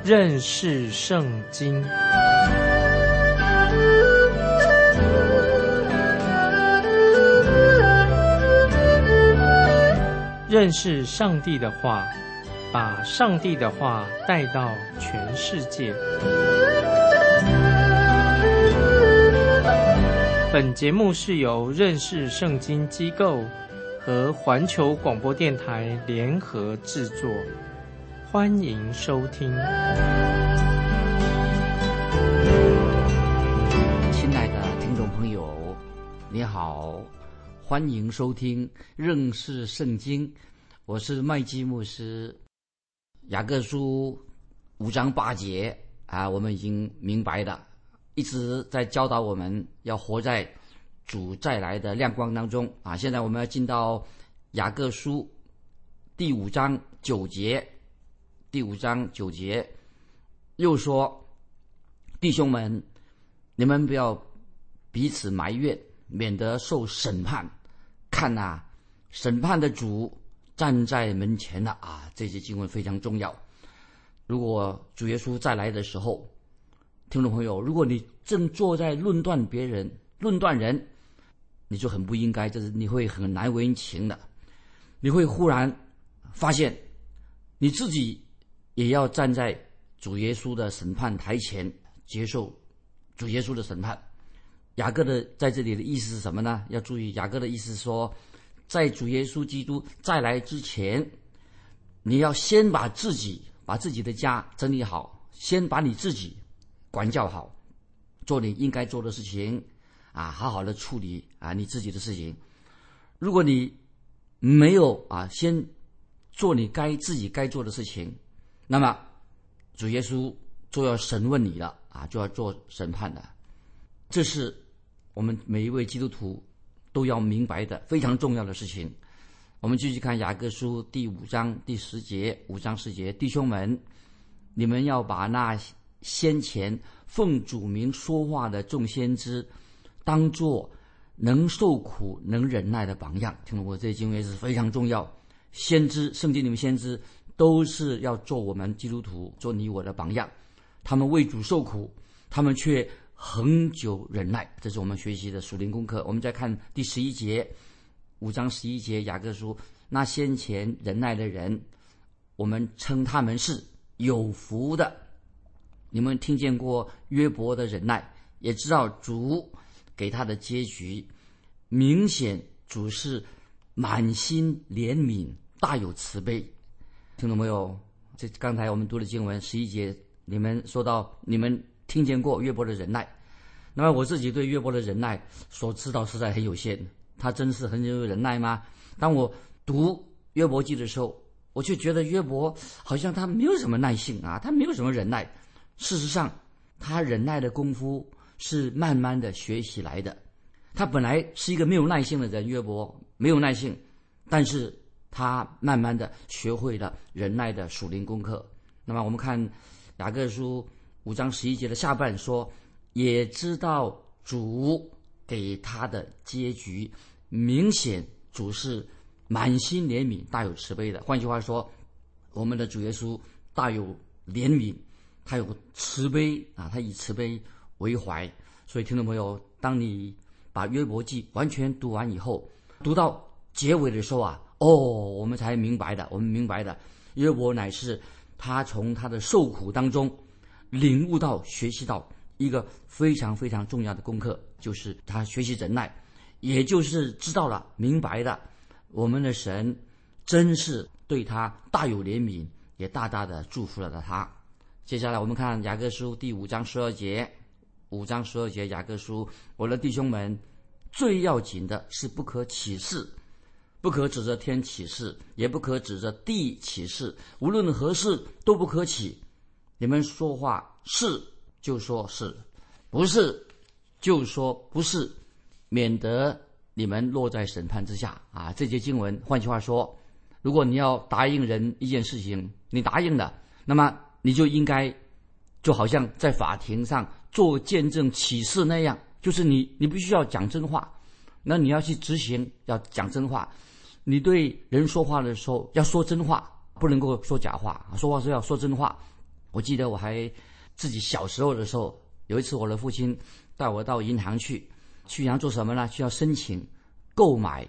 认识圣经。认识上帝的话，把上帝的话带到全世界。本节目是由认识圣经机构和环球广播电台联合制作，欢迎收听。 亲爱的听众朋友，你好，欢迎收听认识圣经，我是麦基牧师。雅各书5章8节我们已经明白了，一直在教导我们要活在主再来的亮光当中现在我们要进到雅各书第5章9节。第5章9节又说，弟兄们，你们不要彼此埋怨，免得受审判。看审判的主站在门前了这些经文非常重要。如果主耶稣再来的时候，听众朋友，如果你正坐在论断别人、论断人，你就很不应该，就是你会很难为情的。你会忽然发现你自己也要站在主耶稣的审判台前，接受主耶稣的审判。雅各的在这里的意思是什么呢？要注意，雅各的意思是说，在主耶稣基督再来之前，你要先把自己的家整理好，先把你自己管教好，做你应该做的事情好好的处理你自己的事情。如果你没有先做你自己该做的事情，那么主耶稣就要审问你了就要做审判的。这是我们每一位基督徒都要明白的非常重要的事情。我们继续看雅各书第5章第10节，5章10节，弟兄们，你们要把那先前奉主名说话的众先知当作能受苦能忍耐的榜样。听懂我这些经文是非常重要。先知，圣经里面先知都是要做我们基督徒，做你我的榜样。他们为主受苦，他们却恒久忍耐，这是我们学习的属灵功课。我们再看第11节，5章11节，雅各书，那先前忍耐的人，我们称他们是有福的。你们听见过约伯的忍耐，也知道主给他的结局，明显主是满心怜悯，大有慈悲。听懂没有？这刚才我们读的经文11节，你们说到你们听见过约伯的忍耐。那么我自己对约伯的忍耐所知道实在很有限，他真是很有忍耐吗？当我读约伯记的时候，我却觉得约伯好像他没有什么耐性他没有什么忍耐。事实上他忍耐的功夫是慢慢的学习来的。他本来是一个没有耐性的人，约伯没有耐性，但是他慢慢的学会了忍耐的属灵功课。那么我们看雅各书5章11节的下半说，也知道主给他的结局，明显主是满心怜悯，大有慈悲的。换句话说，我们的主耶稣大有怜悯，他有慈悲他以慈悲为怀。所以听众朋友，当你把约伯记完全读完以后，读到结尾的时候我们才明白的，约伯乃是他从他的受苦当中领悟到学习到一个非常非常重要的功课，就是他学习忍耐，也就是知道了明白了我们的神真是对他大有怜悯，也大大的祝福了他。接下来我们看雅各书第5章12节，5章12节，雅各书，我的弟兄们，最要紧的是不可起誓，不可指着天起誓，也不可指着地起誓，无论何事都不可起。你们说话是就说是，不是就说不是，免得你们落在审判之下这节经文换句话说，如果你要答应人一件事情，你答应了，那么你就应该就好像在法庭上做见证起誓那样，就是你必须要讲真话，那你要去执行，要讲真话。你对人说话的时候要说真话，不能够说假话，说话是要说真话。 我记得我还自己小时候的时候，有一次我的父亲带我到银行去银行做什么呢？需要申请购买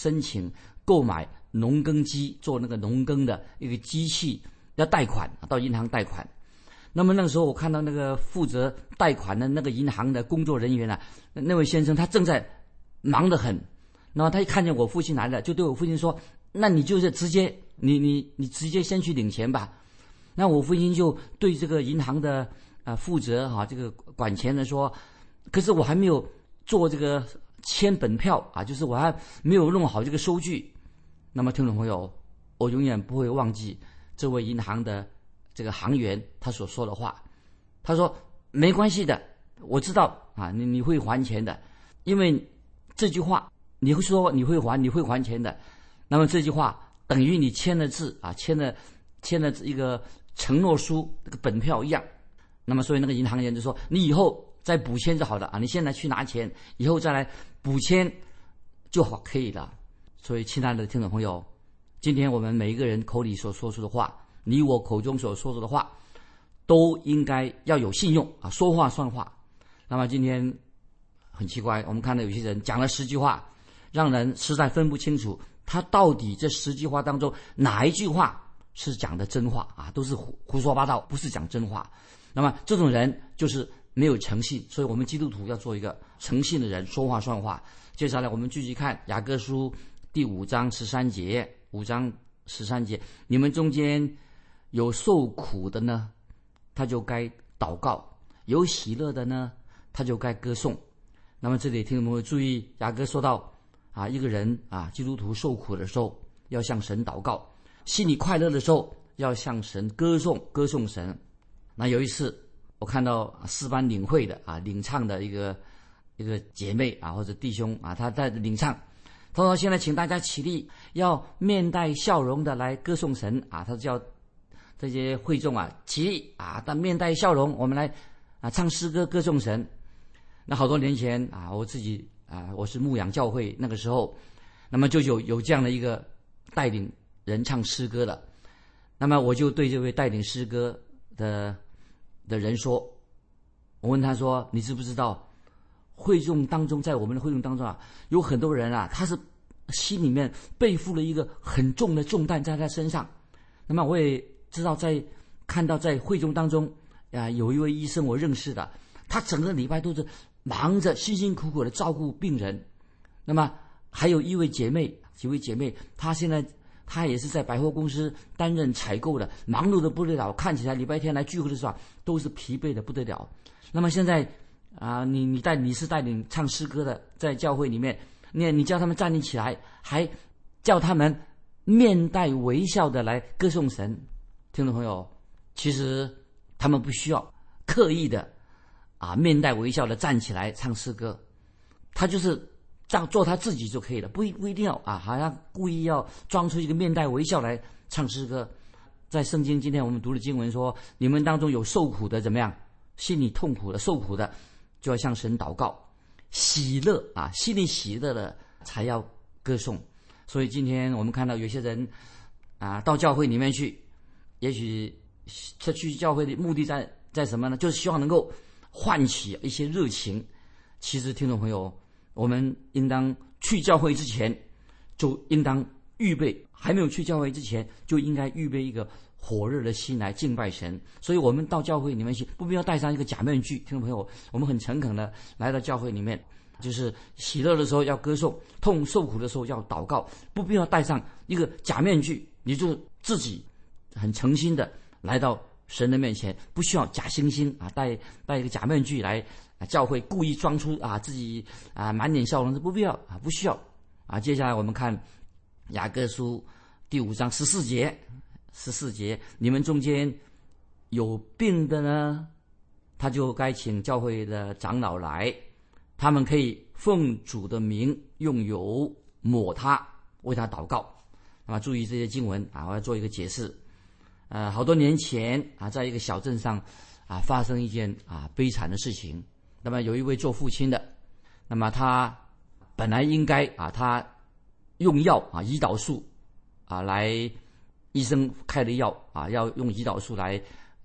农耕机，做那个农耕的一个机器，要贷款，到银行贷款。那么那个时候我看到那个负责贷款的那个银行的工作人员那位先生他正在忙得很，然后他一看见我父亲来了，就对我父亲说：“那你就是直接你直接先去领钱吧。”那我父亲就对这个银行的负责这个管钱的说：“可是我还没有做这个签本票就是我还没有弄好这个收据。”那么听众朋友，我永远不会忘记这位银行的这个行员他所说的话。他说：“没关系的，我知道你会还钱的，因为这句话你会说你会还钱的，那么这句话等于你签了字签了一个承诺书，这个本票一样。那么所以那个银行员就说：你以后再补签就好了你现在去拿钱，以后再来补签就好可以了。”所以亲爱的听众朋友，今天我们每一个人口里所说出的话，你我口中所说出的话，都应该要有信用说话算话。那么今天很奇怪，我们看到有些人讲了10句话，让人实在分不清楚他到底这10句话当中哪一句话是讲的真话都是胡说八道，不是讲真话。那么这种人就是没有诚信，所以我们基督徒要做一个诚信的人，说话算话。接下来我们继续看雅各书第5章13节，你们中间有受苦的呢，他就该祷告；有喜乐的呢，他就该歌颂。那么这里听众朋友注意，雅各说到一个人基督徒受苦的时候要向神祷告，心里快乐的时候要向神歌颂神。那有一次我看到诗班领会的领唱的一个姐妹或者弟兄他在领唱，他说：“现在请大家起立，要面带笑容的来歌颂神他叫这些会众起立但面带笑容，我们来唱诗歌歌颂神。”那好多年前我自己我是牧养教会，那个时候那么就有这样的一个带领人唱诗歌的。那么我就对这位带领诗歌的人说，我问他说：“你知不知道会众当中，在我们的会众当中有很多人他是心里面背负了一个很重的重担在他身上。”那么我也知道看到在会众当中有一位医生我认识的，他整个礼拜都是忙着辛辛苦苦的照顾病人。那么还有几位姐妹，她现在她也是在百货公司担任采购的，忙碌的不得了，看起来礼拜天来聚会的时候都是疲惫的不得了。那么现在你是带领唱诗歌的，在教会里面你叫他们站立起来，还叫他们面带微笑的来歌颂神。听众朋友，其实他们不需要刻意的面带微笑的站起来唱诗歌，他就是这样做他自己就可以了，不一定要好像故意要装出一个面带微笑来唱诗歌。在圣经今天我们读的经文说，你们当中有受苦的怎么样，心里痛苦的受苦的就要向神祷告，喜乐心里喜乐的才要歌颂。所以今天我们看到有些人到教会里面去，也许他去教会的目的在什么呢？就是希望能够唤起一些热情。其实听众朋友，我们应当去教会之前就应当预备，还没有去教会之前就应该预备一个火热的心来敬拜神。所以我们到教会里面去不必要带上一个假面具。听众朋友，我们很诚恳的来到教会里面，就是喜乐的时候要歌颂，受苦的时候要祷告，不必要带上一个假面具，你就自己很诚心的来到神的面前，不需要假惺惺带一个假面具来教会，故意装出自己满脸笑容，是不必要不需要接下来我们看雅各书第5章14节，你们中间有病的呢，他就该请教会的长老来，他们可以奉主的名用油抹他，为他祷告。那么注意这些经文我要做一个解释。好多年前在一个小镇上发生一件悲惨的事情。那么有一位做父亲的，那么他本来应该他用药胰岛素来，医生开的药要用胰岛素来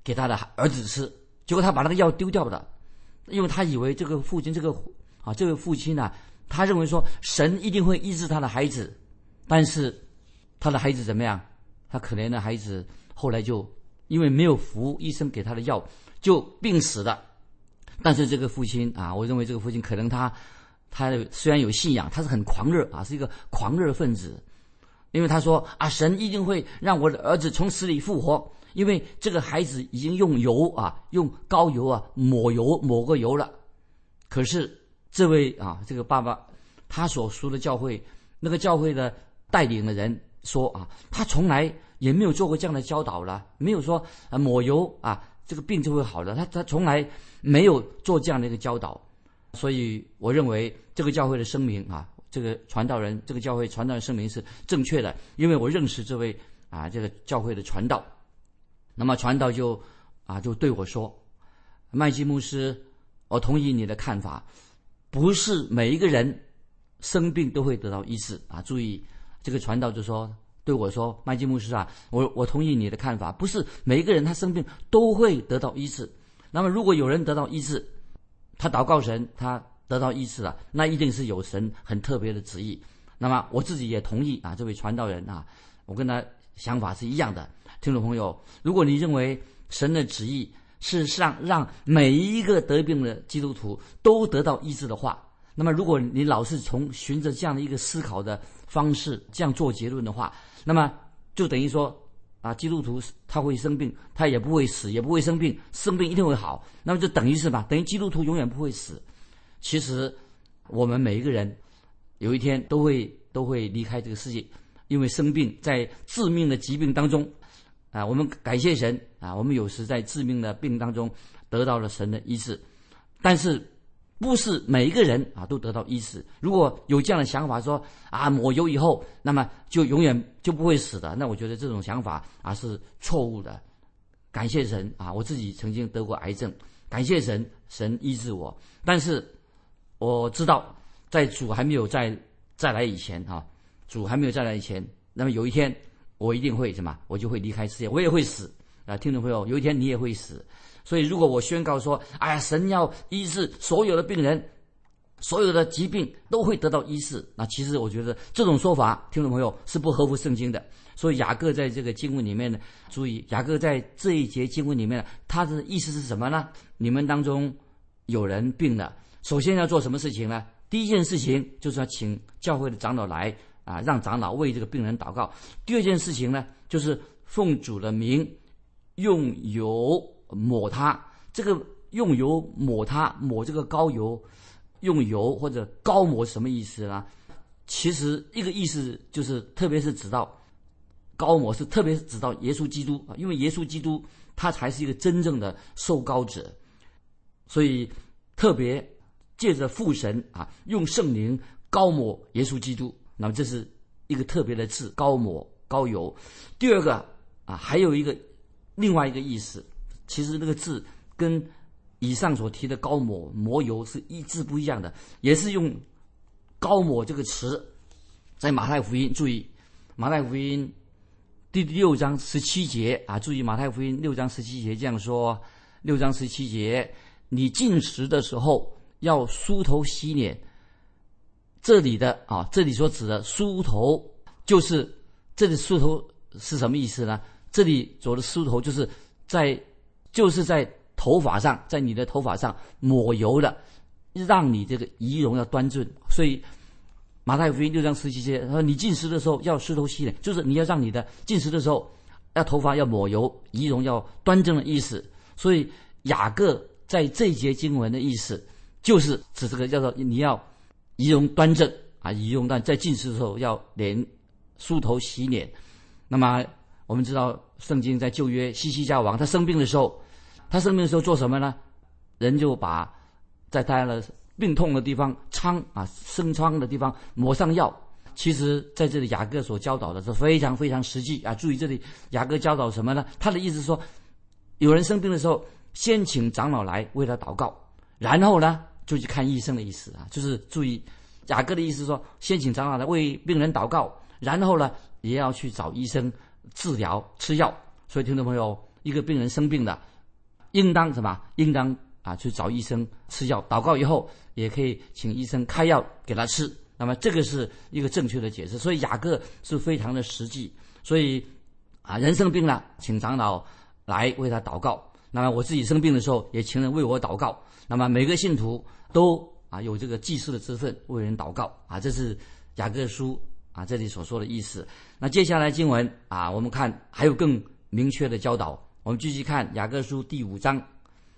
给他的儿子吃，结果他把那个药丢掉了，因为他以为这个父亲这位父亲啊，他认为说神一定会医治他的孩子，但是他的孩子怎么样？他可怜的孩子后来就因为没有服医生给他的药，就病死了。但是这个父亲啊，我认为这个父亲可能他虽然有信仰，他是很狂热啊，是一个狂热分子。因为他说啊，神一定会让我的儿子从死里复活，因为这个孩子已经用油啊，用膏油啊抹过油了。可是这个爸爸他所属的教会，那个教会的带领的人说啊，他从来也没有做过这样的教导了，没有说抹油啊这个病就会好了，他从来没有做这样的一个教导。所以我认为这个教会的声明啊，这个教会传道人声明是正确的，因为我认识这位这个教会的传道。那么传道就对我说，麦基牧师，我同意你的看法，不是每一个人生病都会得到医治啊。注意，这个传道就说对我说，麦基牧师啊，我同意你的看法，不是每一个人他生病都会得到医治。那么如果有人得到医治，他祷告神，他得到医治了，那一定是有神很特别的旨意。那么我自己也同意这位传道人我跟他想法是一样的。听众朋友，如果你认为神的旨意是让每一个得病的基督徒都得到医治的话，那么如果你老是循着这样的一个思考的方式这样做结论的话，那么就等于说基督徒他会生病，他也不会死，也不会生病，生病一定会好，那么就等于基督徒永远不会死。其实我们每一个人有一天都会离开这个世界，因为生病，在致命的疾病当中我们感谢神我们有时在致命的病当中得到了神的医治，但是不是每一个人都得到医治。如果有这样的想法说抹油以后那么就永远就不会死的，那我觉得这种想法是错误的。感谢神我自己曾经得过癌症，感谢神，神医治我。但是我知道在主还没有再来以前那么有一天我一定会我就会离开世界，我也会死听众朋友，有一天你也会死。所以如果我宣告说神要医治所有的病人，所有的疾病都会得到医治，那其实我觉得这种说法听众朋友是不合乎圣经的。所以雅各在这个经文里面呢，注意雅各在这一节经文里面他的意思是什么呢？你们当中有人病了，首先要做什么事情呢？第一件事情就是要请教会的长老来让长老为这个病人祷告。第二件事情呢，就是奉主的名用油抹他。这个用油抹他，抹这个膏油，用油或者膏抹什么意思呢？其实一个意思就是特别是指到膏抹，是特别是指到耶稣基督因为耶稣基督他才是一个真正的受膏者，所以特别借着父神用圣灵膏抹耶稣基督。那么这是一个特别的字，膏抹膏油。第二个还有另外一个意思，其实那个字跟以上所提的膏抹抹油是一字不一样的，也是用膏抹这个词。在马太福音，注意马太福音第6章17节注意马太福音6章17节这样说，6章17节，你进食的时候要梳头洗脸。这里所指的梳头，就是这里梳头是什么意思呢？这里所的梳头就是在头发上，在你的头发上抹油的，让你这个仪容要端正。所以马太福音6章17节说，你进食的时候要梳头洗脸，就是你要让你的进食的时候头发要抹油，仪容要端正的意思。所以雅各在这一节经文的意思就是指这个叫做你要仪容端正仪容在进食的时候要梳头洗脸。那么我们知道圣经在旧约西西家王他生病的时候做什么呢？人就把在他的病痛的地方生疮的地方抹上药。其实在这里雅各所教导的是非常非常实际注意这里雅各教导什么呢？他的意思是说，有人生病的时候先请长老来为他祷告，然后呢就去看医生的意思就是注意雅各的意思说，先请长老来为病人祷告，然后呢也要去找医生治疗吃药。所以听众朋友，一个病人生病了， 应当什么？应当去找医生吃药，祷告以后也可以请医生开药给他吃。那么这个是一个正确的解释。所以雅各是非常的实际。所以人生病了，请长老来为他祷告。那么我自己生病的时候，也请人为我祷告。那么每个信徒都有这个祭司的职分，为人祷告这是雅各书这里所说的意思。那接下来经文我们看还有更明确的教导。我们继续看雅各书第5章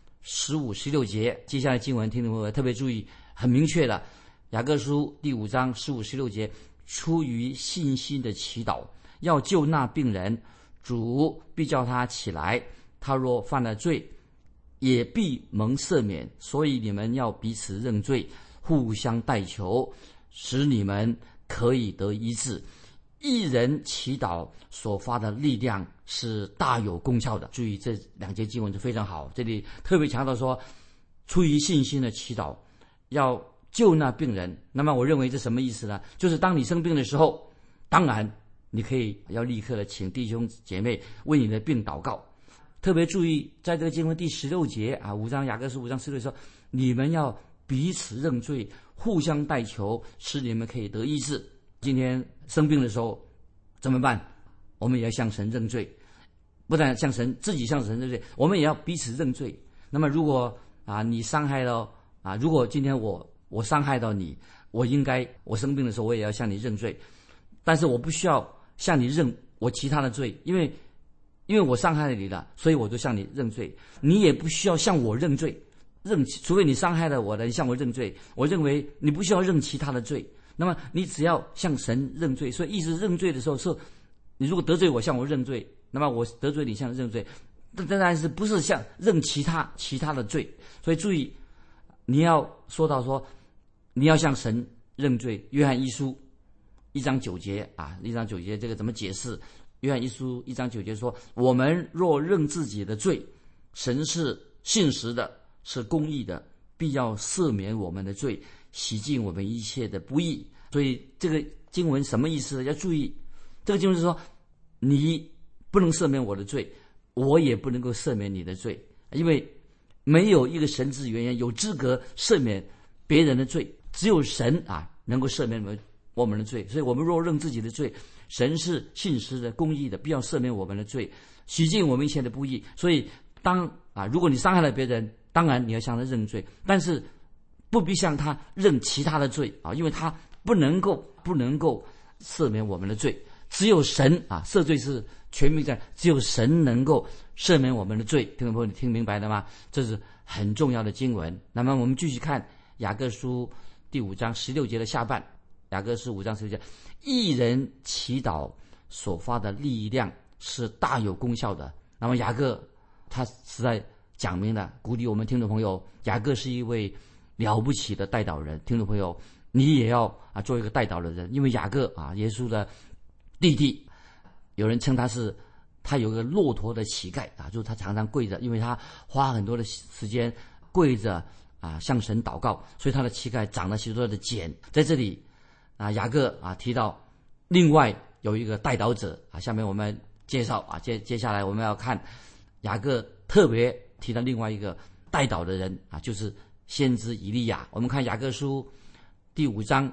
15、16节。接下来经文听众朋友特别注意，很明确的，雅各书第5章15、16节，出于信心的祈祷，要救那病人，主必叫他起来。他若犯了罪，也必蒙赦免。所以你们要彼此认罪，互相代求，使你们可以得医治。一人祈祷所发的力量是大有功效的。注意这2节经文是非常好，这里特别强调说，出于信心的祈祷，要救那病人。那么我认为这什么意思呢？就是当你生病的时候，当然你可以要立刻的请弟兄姐妹为你的病祷告。特别注意，在这个经文第16节5章雅各书5章16节说，你们要彼此认罪，互相代求，使你们可以得医治。今天生病的时候怎么办？我们也要向神认罪，不但向神自己向神认罪，我们也要彼此认罪。那么如果你伤害了如果今天我伤害到你，我生病的时候我也要向你认罪，但是我不需要向你认我其他的罪，因为我伤害了你了，所以我就向你认罪。你也不需要向我认罪，除非你伤害了我的，你向我认罪。我认为你不需要认其他的罪，那么你只要向神认罪。所以意思认罪的时候是，你如果得罪我，向我认罪，那么我得罪你，向认罪。当然是不是像认其他的罪。所以注意，你要说到说，你要向神认罪。约翰一书1章9节1章9节这个怎么解释？约翰一书1章9节说，我们若认自己的罪，神是信实的，是公义的，必要赦免我们的罪，洗净我们一切的不义。所以这个经文什么意思？要注意，这个经文是说，你不能赦免我的罪，我也不能够赦免你的罪，因为没有一个神之原因有资格赦免别人的罪，只有神能够赦免我们的罪。所以我们若认自己的罪，神是信实的、公义的，必要赦免我们的罪，洗净我们一切的不义。所以如果你伤害了别人，当然你要向他认罪，但是不必向他认其他的罪因为他不能够赦免我们的罪。只有神赦罪是全民在，只有神能够赦免我们的罪。听众朋友，你听明白了吗？这是很重要的经文。那么我们继续看雅各书第5章16节的下半。雅各书5章16节，一人祈祷所发的力量是大有功效的。那么雅各他实在讲明了，鼓励我们听众朋友，雅各是一位了不起的代祷人。听众朋友，你也要做一个代祷的人，因为雅各耶稣的弟弟，有人称他有个骆驼的膝盖就是他常常跪着，因为他花很多的时间跪着向神祷告，所以他的膝盖长了许多的茧。在这里雅各提到另外有一个代祷者下面我们介绍接下来我们要看雅各特别提到另外一个代祷的人就是先知以利亚。我们看雅各书第5章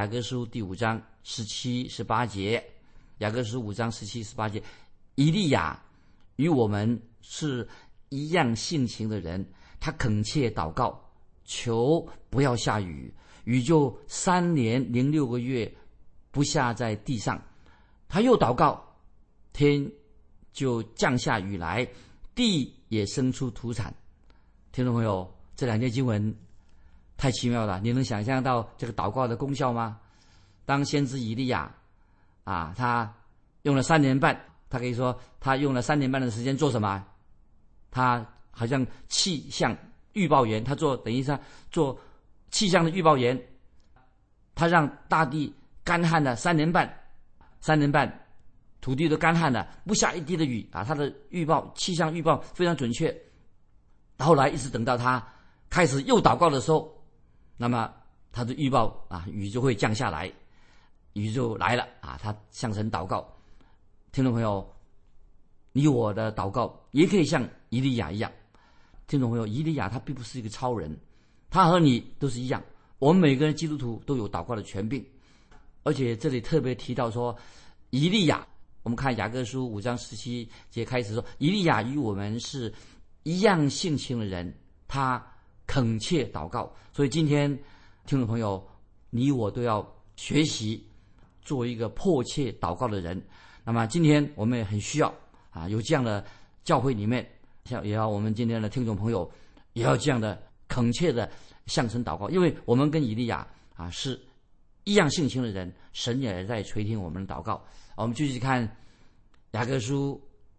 17、18节。雅各书5章17、18节，以利亚与我们是一样性情的人，他恳切祷告，求不要下雨，雨就3年06个月不下在地上。他又祷告，天就降下雨来，地也生出土产。听众朋友，这2节经文太奇妙了，你能想象到这个祷告的功效吗？当先知以利亚他用了3年半，他可以说他用了3年半的时间做什么？他好像气象预报员，等于他做气象的预报员，他让大地干旱了3年半，土地都干旱了，不下一滴的雨他的气象预报非常准确。后来一直等到他开始又祷告的时候，那么他的预报雨就会降下来，雨就来了他向神祷告。听众朋友，你我的祷告也可以像以利亚一样， 听众朋友，以利亚他并不是一个超人，他和你都是一样，我们每个人基督徒都有祷告的权柄。而且这里特别提到说，以利亚，我们看雅各书5章17节开始说，以利亚与我们是一样性情的人，他恳切祷告。所以今天听众朋友，你我都要学习做一个迫切祷告的人。那么今天我们也很需要有这样的教会里面，也要我们今天的听众朋友也要这样的恳切的向神祷告，因为我们跟以利亚是一样性情的人，神也在垂听我们的祷告。我们继续看雅各书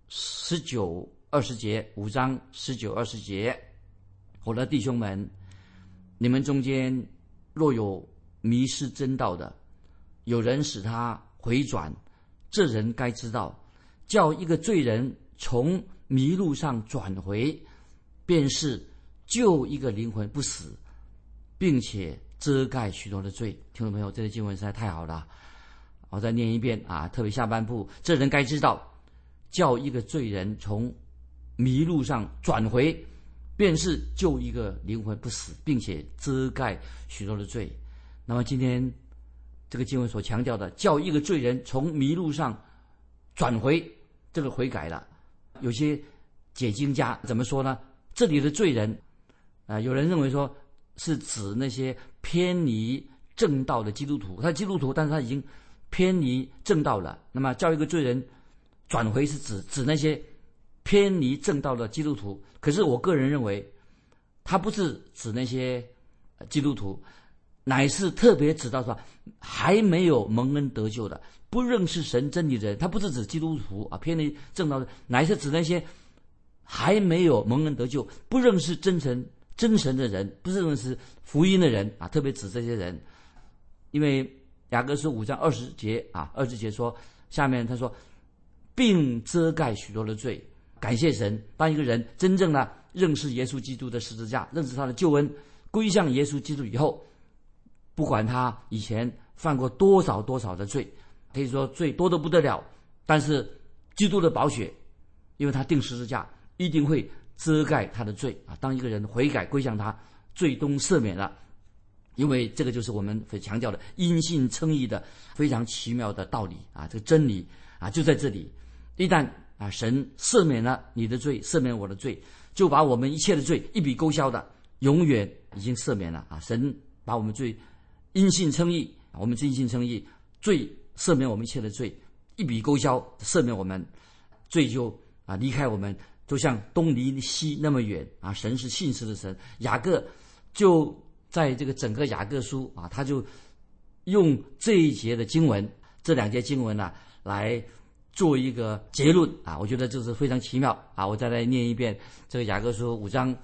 19、20节，5章19、20节，我的弟兄们，你们中间若有迷失真道的，有人使他回转，这人该知道，叫一个罪人从迷路上转回，便是救一个灵魂不死，并且遮盖许多的罪。听众朋友，这个经文实在太好了，我再念一遍特别下半部，这人该知道，叫一个罪人从迷路上转回，便是救一个灵魂不死，并且遮盖许多的罪。那么今天这个经文所强调的，叫一个罪人从迷路上转回，这个悔改了。有些解经家怎么说呢？这里的罪人有人认为说是指那些偏离正道的基督徒，他是基督徒，但是他已经偏离正道了。那么叫一个罪人转回是指那些偏离正道的基督徒。可是我个人认为，他不是指那些基督徒，乃是特别指到说还没有蒙恩得救的，不认识神真理的人。他不是指基督徒偏离正道的，乃是指那些还没有蒙恩得救、不认识真神的人，不是认识福音的人特别指这些人。因为雅各书5章20节20节说，下面他说，并遮盖许多的罪。感谢神，当一个人真正的认识耶稣基督的十字架，认识他的救恩，归向耶稣基督以后，不管他以前犯过多少的罪，可以说罪多得不得了，但是基督的宝血，因为他定十字架，一定会遮盖他的罪当一个人悔改归向他，罪都赦免了。因为这个就是我们所强调的因信称义的非常奇妙的道理这个真理就在这里。一旦神赦免了你的罪，赦免我的罪，就把我们一切的罪一笔勾销的，永远已经赦免了神把我们罪因信称义，我们因信称义，罪赦免我们一切的罪，一笔勾销，赦免我们罪就离开我们，就像东离西那么远神是信实的神。雅各就在这个整个雅各书他就用这一节的经文，这两节经文来做一个结论我觉得这是非常奇妙我再来念一遍这个雅各书5章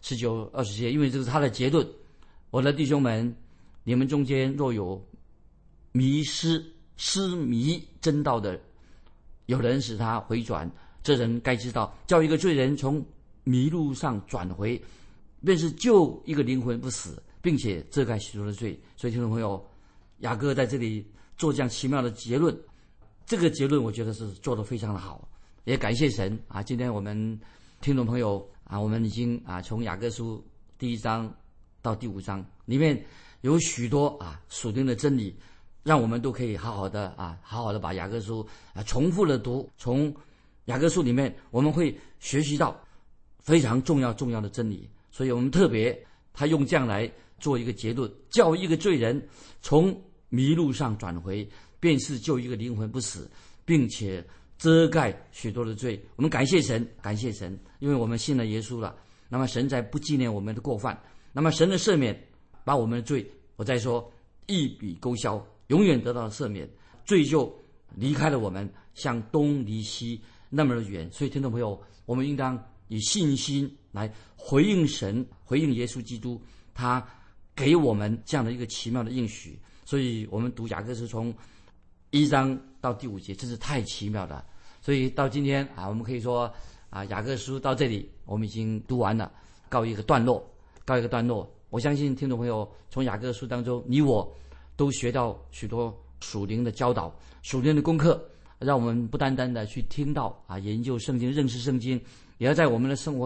19、20节，因为这是他的结论。我的弟兄们，你们中间若有失迷真道的，有人使他回转，这人该知道，叫一个罪人从迷路上转回，便是救一个灵魂不死，并且遮盖许多的罪。所以听众朋友，雅各在这里做这样奇妙的结论，这个结论我觉得是做得非常的好，也感谢神今天我们听众朋友我们已经从雅各书第1章到第5章里面有许多属灵的真理，让我们都可以好好的把雅各书重复的读。从雅各书里面我们会学习到非常重要的真理，所以我们特别他用这样来做一个结论，叫一个罪人从迷路上转回，便是救一个灵魂不死，并且遮盖许多的罪。我们感谢神，因为我们信了耶稣了，那么神才不纪念我们的过犯，那么神的赦免把我们的罪，我再说一笔勾销，永远得到了赦免，罪就离开了我们，向东离西那么的远。所以听众朋友，我们应当以信心来回应神，回应耶稣基督，他给我们这样的一个奇妙的应许。所以我们读雅各书从1章到第5节，真是太奇妙了。所以到今天我们可以说雅各书到这里我们已经读完了，告一个段落。我相信听众朋友从雅各书当中，你我都学到许多属灵的教导、属灵的功课，让我们不单单的去听到研究圣经、认识圣经，也要在我们的生活上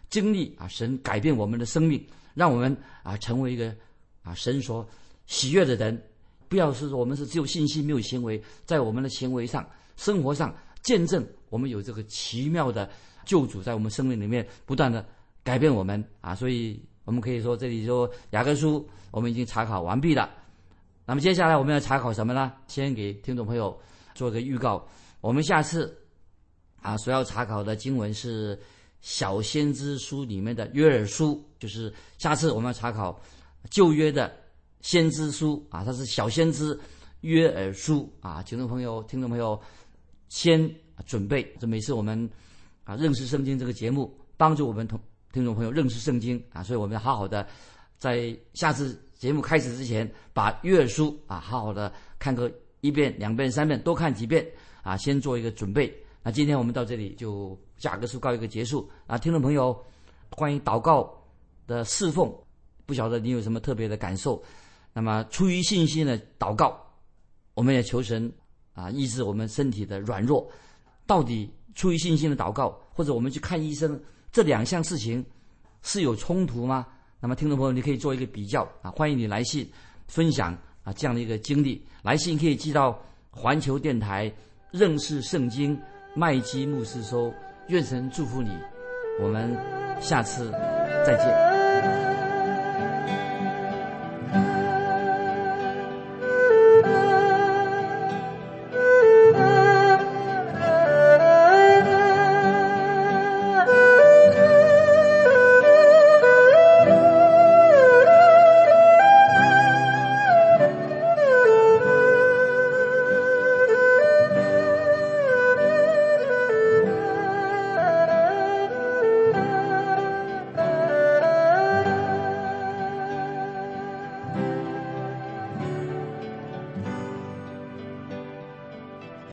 经历神改变我们的生命，让我们成为一个神所喜悦的人。不要是说我们是只有信心没有行为，在我们的行为上、生活上见证我们有这个奇妙的救主在我们生命里面不断的改变我们所以我们可以说这里说雅各书我们已经查考完毕了。那么接下来我们要查考什么呢？先给听众朋友做个预告，我们下次所要查考的经文是小先知书里面的约珥书，就是下次我们要查考旧约的先知书它是小先知约珥书听众朋友先准备，这每次我们认识圣经这个节目帮助我们听众朋友认识圣经所以我们好好的在下次节目开始之前把约珥书好好的看个1遍、2遍、3遍，多看几遍先做一个准备。那今天我们到这里就雅各书告一个结束听众朋友关于祷告的侍奉，不晓得你有什么特别的感受？那么出于信心的祷告，我们也求神医治我们身体的软弱。到底出于信心的祷告或者我们去看医生，这两项事情是有冲突吗？那么听众朋友你可以做一个比较欢迎你来信分享这样的一个经历。来信可以寄到环球电台认识圣经麦基牧师收。愿神祝福你，我们下次再见。